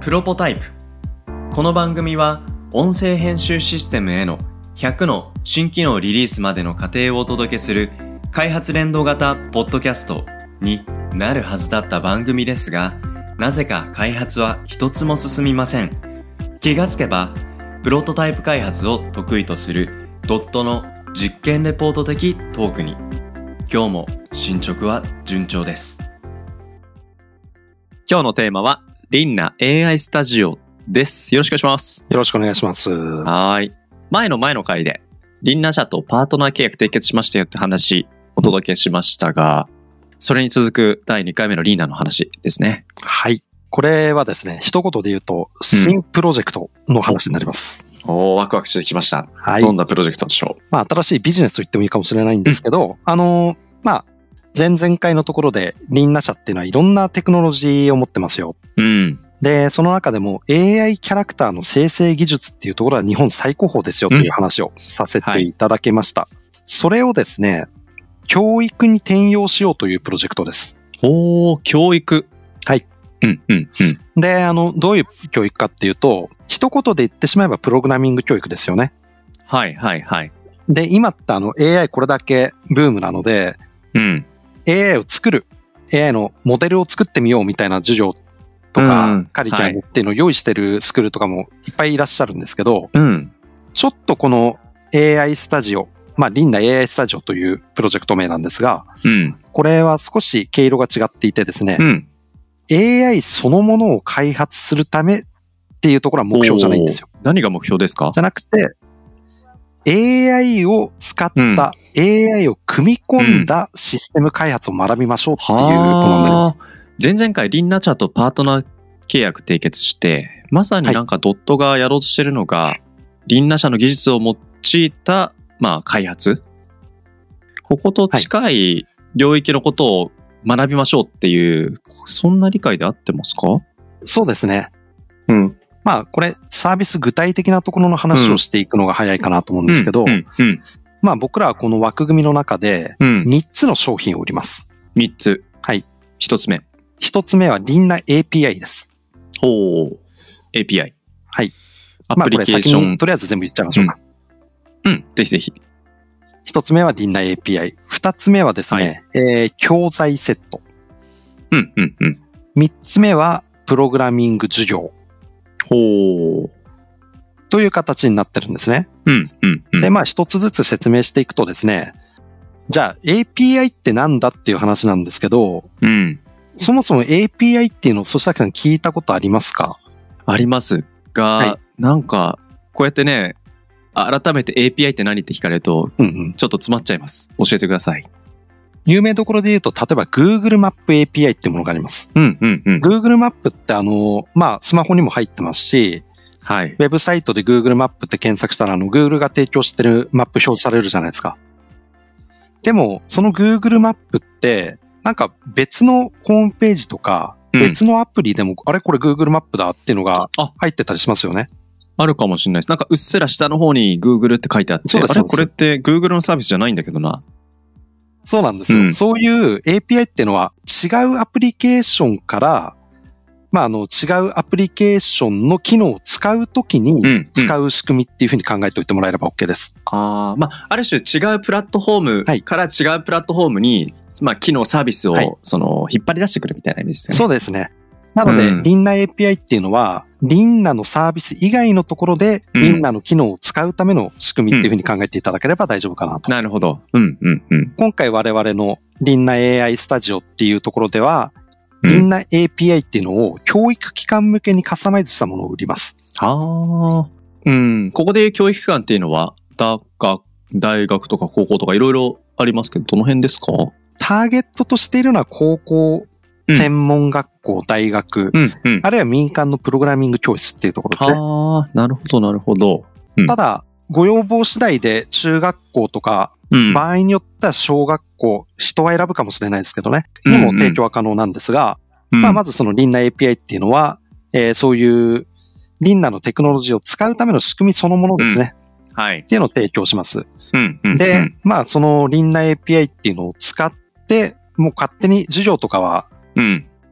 プロポタイプ。この番組は音声編集システムへの100の新機能リリースまでの過程をお届けする開発連動型ポッドキャストになるはずだった番組ですが、なぜか開発は一つも進みません。気がつけばプロトタイプ開発を得意とするドットの実験レポート的トークに、今日も進捗は順調です。今日のテーマはリンナ AI スタジオです。よろしくお願いします。 よろしくお願いします。 はい。前の回でリンナ社とパートナー契約締結しましたよって話お届けしましたが、それに続く第2回目のリンナの話ですね。 はい。これはですね、一言で言うと新プロジェクトの話になります。 ワクワクしてきました。 はい。 どんなプロジェクトでしょう。 新しいビジネスと言ってもいいかもしれないんですけど、前々回のところでリンナ社っていうのはいろんなテクノロジーを持ってますよ。で、その中でも AI キャラクターの生成技術っていうところは日本最高峰ですよという話をさせていただきました。それをですね、教育に転用しようというプロジェクトです。 教育。 はい。で、どういう教育かっていうと、一言で言ってしまえばプログラミング教育ですよね。 はい。 で、今って AI これだけブームなので、AI を作る、AI のモデルを作ってみようみたいな授業とか、カリキュラムっていうのを用意してるスクールとかもいっぱいいらっしゃるんですけど、ちょっとこの AI スタジオ、リンナ AI スタジオというプロジェクト名なんですが、これは少し毛色が違っていてですね、AI そのものを開発するためっていうところは目標じゃないんですよ。 何が目標ですか？ じゃなくて、AI を使った、AI を組み込んだシステム開発を学びましょうっていうものになります。 前々回リンナ社とパートナー契約締結して、まさになんかドットがやろうとしてるのが、リンナ社の技術を用いた、開発。ここと近い領域のことを学びましょうっていう、そんな理解で合ってますか？ そうですね。これサービス具体的なところの話をしていくのが早いかなと思うんですけど、僕らはこの枠組みの中で3つの商品を売ります。 3つ。 はい。 1つ目。 1つ目はリンナ API です。 API。 はい。 アプリケーション。 これ先にとりあえず全部言っちゃいましょうか。 ぜひぜひ。 1つ目はリンナ API。2つ目はですね、教材セット。3つ目はプログラミング授業。という形になってるんですね。で、一つずつ説明していくとですね、じゃあ API ってなんだっていう話なんですけど、そもそも API っていうのを、そしたさん聞いたことありますか？ ありますが、なんか、こうやってね、改めて API って何って聞かれると、ちょっと詰まっちゃいます。教えてください。 有名どころで言うと、例えば Google マップ API っていうものがあります。Google マップってスマホにも入ってますし、ウェブサイトで Google マップって検索したらGoogle が提供してるマップ表示されるじゃないですか。でも、その Google マップって、なんか別のホームページとか、別のアプリでも、あれこれ Google マップだっていうのが入ってたりしますよね。あるかもしれないです。なんかうっすら下の方に Google って書いてあって、あれこれって Google のサービスじゃないんだけどな。 そうなんですよ。そういう API っていうのは違うアプリケーションから、違うアプリケーションの機能を使うときに使う仕組みっていうふうに考えておいてもらえれば OK です。 ある種違うプラットフォームから違うプラットフォームに、機能サービスを引っ張り出してくるみたいなイメージですね。 そうですね。なので、リンナ API っていうのは、リンナのサービス以外のところで、リンナの機能を使うための仕組みっていうふうに考えていただければ大丈夫かなと。 なるほど。 今回我々のリンナ AI スタジオっていうところでは、リンナ API っていうのを教育機関向けにカスタマイズしたものを売ります。 ここで教育機関っていうのは、大学とか高校とかいろいろありますけど、どの辺ですか？ ターゲットとしているのは高校、専門学校、大学、あるいは民間のプログラミング教室っていうところですね。 なるほど、なるほど。 ただ、ご要望次第で中学校とか、場合によっては小学校、人は選ぶかもしれないですけどね、にも提供は可能なんですが、まずそのリンナ API っていうのは、そういうリンナのテクノロジーを使うための仕組みそのものですね。っていうのを提供します。で、そのリンナ API っていうのを使って、もう勝手に授業とかは、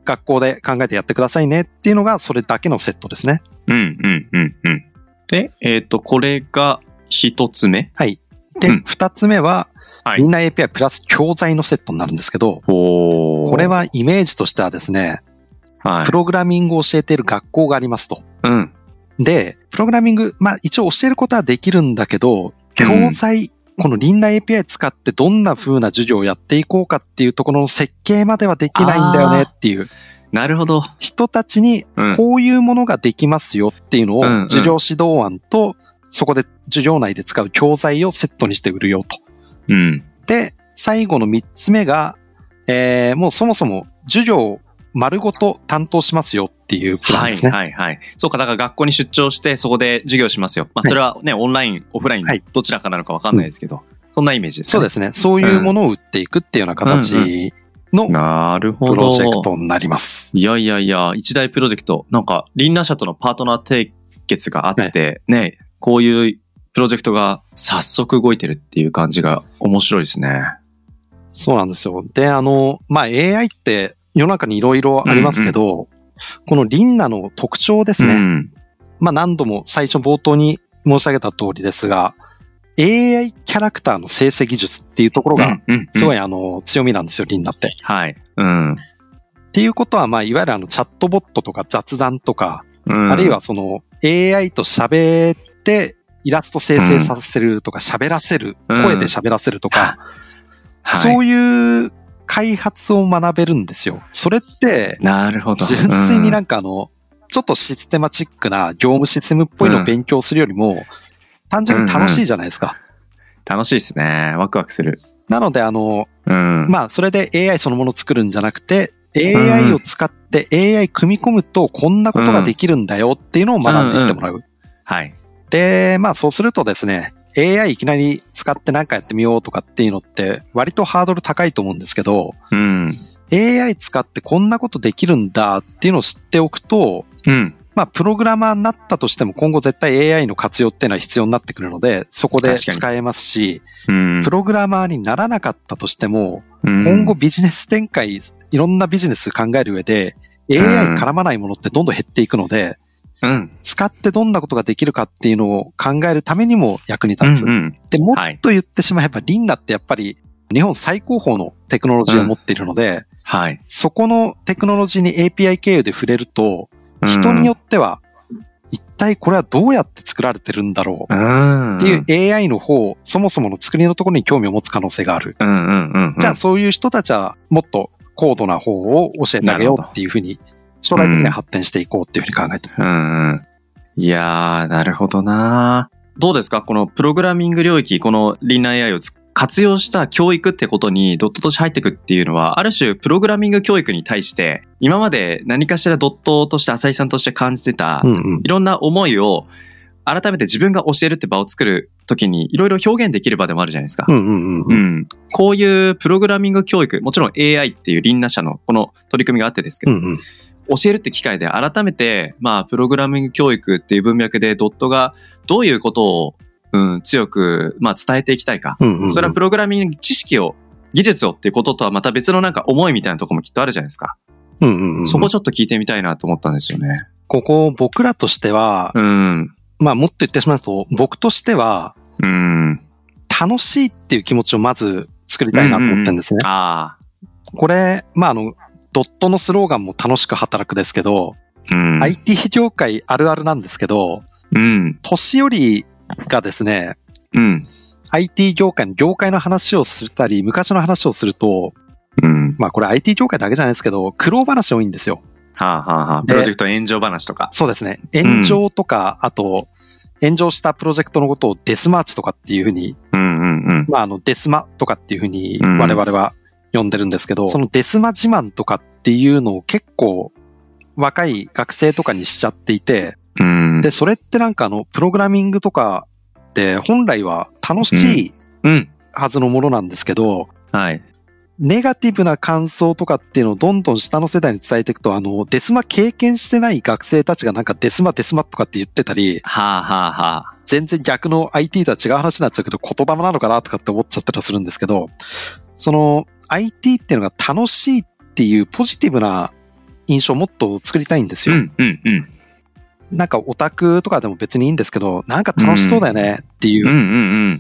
学校で考えてやってくださいねっていうのがそれだけのセットですね。 で、これが一つ目。 はい。で、二つ目は、リンナー API プラス教材のセットになるんですけど、これはイメージとしてはですね、プログラミングを教えている学校がありますと。で、プログラミング、一応教えることはできるんだけど、教材、このリンナー API 使ってどんな風な授業をやっていこうかっていうところの設計まではできないんだよねっていう。 なるほど。 人たちにこういうものができますよっていうのを授業指導案とそこで授業内で使う教材をセットにして売るよと。で、最後の3つ目が、もうそもそも授業を丸ごと担当しますよっていうプランですね。 そうか、だから学校に出張してそこで授業しますよ。それはね、オンライン、オフライン、どちらかなのか分かんないですけど、そんなイメージですね。 そうですね。そういうものを売っていくっていうような形のプロジェクトになります。 いや、一大プロジェクト。なんか、リンナー社とのパートナー締結があって、ね、こういうプロジェクトが早速動いてるっていう感じが面白いですね。 そうなんですよ。で、AI って世の中にいろいろありますけど、このリンナの特徴ですね。何度も最初冒頭に申し上げた通りですが、AI キャラクターの生成技術っていうところが、すごい強みなんですよ、リンナって。っていうことは、いわゆるチャットボットとか雑談とか、あるいはその AI と喋ってイラスト生成させるとか、喋らせる、声で喋らせるとか、そういう開発を学べるんですよ。それって、純粋になんかちょっとシステマチックな業務システムっぽいのを勉強するよりも、単純に楽しいじゃないですか。 楽しいですね。ワクワクする。 なのでそれで AI そのものを作るんじゃなくて、AI を使って AI 組み込むとこんなことができるんだよっていうのを学んでいってもらう。で、そうするとですね、AI いきなり使って何かやってみようとかっていうのって割とハードル高いと思うんですけど、AI 使ってこんなことできるんだっていうのを知っておくと、プログラマーになったとしても今後絶対 AI の活用っていうのは必要になってくるので、そこで使えますし、プログラマーにならなかったとしても、今後ビジネス展開、いろんなビジネス考える上で、AI 絡まないものってどんどん減っていくので、使ってどんなことができるかっていうのを考えるためにも役に立つ。で、もっと言ってしまえば、リンナってやっぱり日本最高峰のテクノロジーを持っているので、そこのテクノロジーに API 経由で触れると、人によっては、一体これはどうやって作られてるんだろうっていう AI の方、そもそもの作りのところに興味を持つ可能性がある。じゃあそういう人たちはもっと高度な方を教えてあげようっていうふうに、将来的には発展していこうっていうふうに考えてる。 いやー、なるほどな。どうですかこのプログラミング領域、このリンナー AI を活用した教育ってことにドットとして入っていくっていうのは、ある種プログラミング教育に対して今まで何かしらドットとして浅井さんとして感じてたいろんな思いを改めて自分が教えるって場を作るときにいろいろ表現できる場でもあるじゃないですか。こういうプログラミング教育、もちろん AI っていうリンナ社のこの取り組みがあってですけど、教えるって機会で改めてプログラミング教育っていう文脈でドットがどういうことを強く伝えていきたいか、それはプログラミング知識を技術をっていうこととはまた別のなんか思いみたいなところもきっとあるじゃないですか。そこちょっと聞いてみたいなと思ったんですよね。 ここ僕らとしては、もっと言ってしまうと僕としては、楽しいっていう気持ちをまず作りたいなと思ってるんですね。これドットのスローガンも楽しく働くですけど、IT 業界あるあるなんですけど、年寄りがですね、IT 業界の話をしたり、昔の話をすると、これ IT 業界だけじゃないですけど、苦労話多いんですよ。 プロジェクト炎上話とか。 そうですね。炎上とか、あと、炎上したプロジェクトのことをデスマーチとかっていうふうに、デスマとかっていうふうに我々は呼んでるんですけど、そのデスマ自慢とかっていうのを結構若い学生とかにしちゃっていて、で、それってなんかプログラミングとかって本来は楽しいはずのものなんですけど、ネガティブな感想とかっていうのをどんどん下の世代に伝えていくと、デスマ経験してない学生たちがなんかデスマとかって言ってたり、全然逆の IT とは違う話になっちゃうけど、言霊なのかなとかって思っちゃったりするんですけど、その IT っていうのが楽しいっていうポジティブな印象をもっと作りたいんですよ。なんかオタクとかでも別にいいんですけど、なんか楽しそうだよねっていう。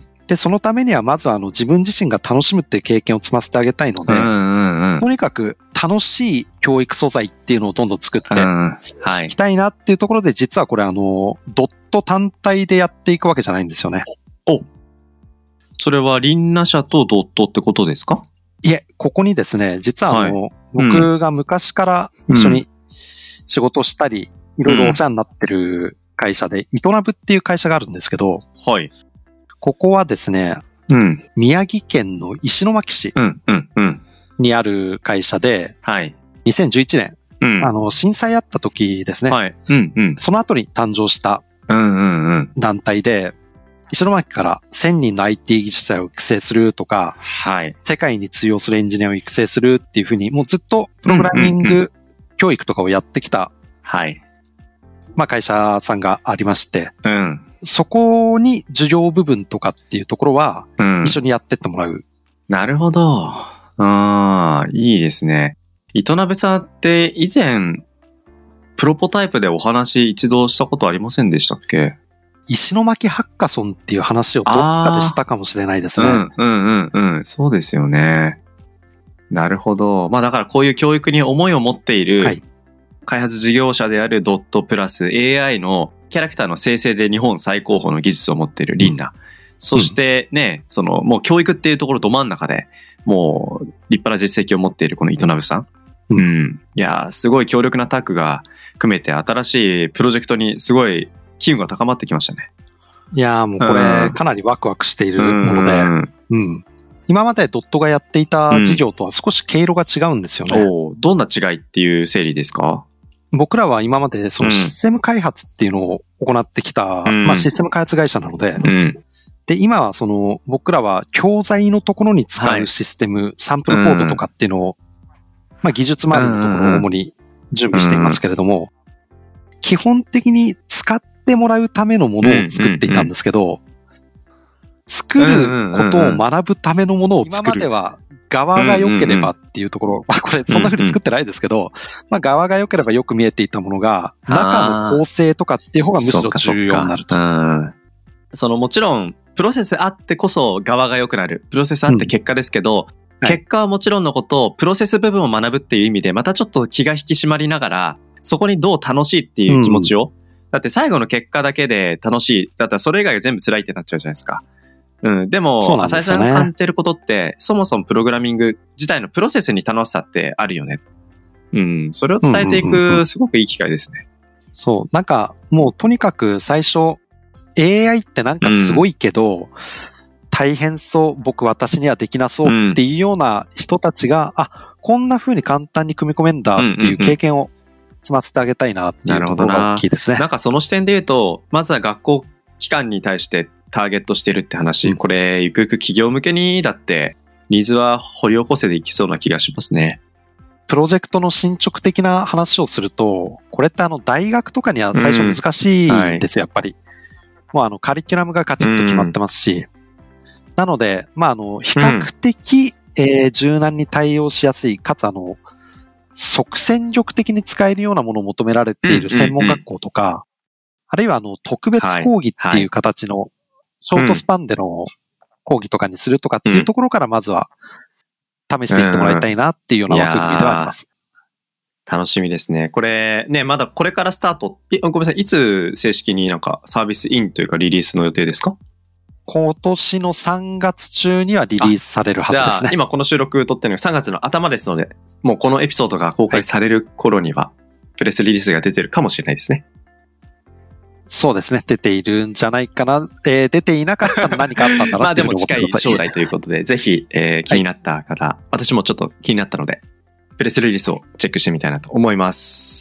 で、そのためにはまず自分自身が楽しむっていう経験を積ませてあげたいので、とにかく楽しい教育素材っていうのをどんどん作っていきたいなっていうところで、実はこれドット単体でやっていくわけじゃないんですよね。 それはリンナ社とドットってことですか？ いえ、ここにですね、実は僕が昔から一緒に仕事をしたり、いろいろお世話になってる会社で、イトナブっていう会社があるんですけど、ここはですね、宮城県の石巻市にある会社で、2011年、震災あった時ですね、その後に誕生した団体で、石巻から1000人の IT 技術者を育成するとか、世界に通用するエンジニアを育成するっていうふうに、もうずっとプログラミング教育とかをやってきた、まあ会社さんがありまして、そこに授業部分とかっていうところは、一緒にやってってもらう。 なるほど。いいですね。糸鍋さんって以前、プロポタイプでお話一度したことありませんでしたっけ？ 石巻ハッカソンっていう話をどっかでしたかもしれないですね。 そうですよね。なるほど。まあだからこういう教育に思いを持っている開発事業者であるドットプラス AI のキャラクターの生成で日本最高峰の技術を持っているリンナ。そしてね、もう教育っていうところど真ん中で、もう立派な実績を持っているこの糸鍋さん。いや、すごい強力なタッグが組めて新しいプロジェクトにすごい機運が高まってきましたね。 いやーもうこれかなりワクワクしているもので、今までドットがやっていた事業とは少し毛色が違うんですよね。 どんな違いっていう整理ですか？ 僕らは今までそのシステム開発っていうのを行ってきた、まあシステム開発会社なので、で、今は僕らは教材のところに使うシステム、サンプルコードとかっていうのを、まあ技術周りのところを主に準備していますけれども、基本的に使ってもらうためのものを作っていたんですけど、作ることを学ぶためのものを作る。今までは側が良ければっていうところ、まあこれそんな風に作ってないですけど、まあ側が良ければよく見えていたものが、中の構成とかっていう方がむしろ重要になると。 もちろん、プロセスあってこそ側が良くなる。プロセスあって結果ですけど、結果はもちろんのこと、プロセス部分を学ぶっていう意味で、またちょっと気が引き締まりながら、そこにどう楽しいっていう気持ちを、だって最後の結果だけで楽しい。だったらそれ以外が全部辛いってなっちゃうじゃないですか。でも、浅井さんが感じてることって、そもそもプログラミング自体のプロセスに楽しさってあるよね。それを伝えていく、すごくいい機会ですね。 そう。なんか、もうとにかく最初、AI ってなんかすごいけど、大変そう、私にはできなそうっていうような人たちが、こんな風に簡単に組み込めんだっていう経験を積ませてあげたいなっていうところが大きいですね。 なんかその視点で言うと、まずは学校機関に対してターゲットしてるって話、これゆくゆく企業向けにだってニーズは掘り起こせていきそうな気がしますね。 プロジェクトの進捗的な話をすると、これって大学とかには最初難しいんですよ、やっぱり。もうカリキュラムがガチッと決まってますし。なので、まあ比較的、柔軟に対応しやすい、かつ即戦力的に使えるようなものを求められている専門学校とか、あるいは特別講義っていう形のショートスパンでの講義とかにするとかっていうところからまずは試していってもらいたいなっていうような枠組みではあります。 楽しみですね。これね、まだこれからスタート。ごめんなさい。いつ正式になんかサービスインというかリリースの予定ですか？ 今年の3月中にはリリースされるはずですね。 じゃあ今この収録撮ってるのが3月の頭ですので、もうこのエピソードが公開される頃にはプレスリリースが出てるかもしれないですね。 そうですね。出ているんじゃないかな。出ていなかったら何かあったんだなっていうふうに思ってください。 まあでも近い将来ということで、ぜひ、気になった方、私もちょっと気になったので、プレスリリースをチェックしてみたいなと思います。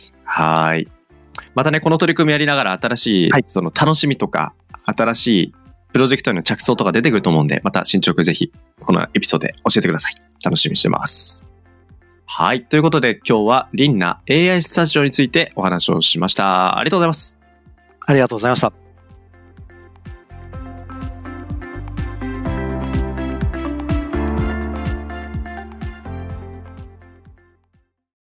はい。またね、この取り組みやりながら新しい、その楽しみとか、新しいプロジェクトへの着想とか出てくると思うんで、また進捗ぜひ、このエピソードで教えてください。楽しみにしてます。はい。ということで、今日はリンナ AI スタジオについてお話をしました。ありがとうございます。 ありがとうございました。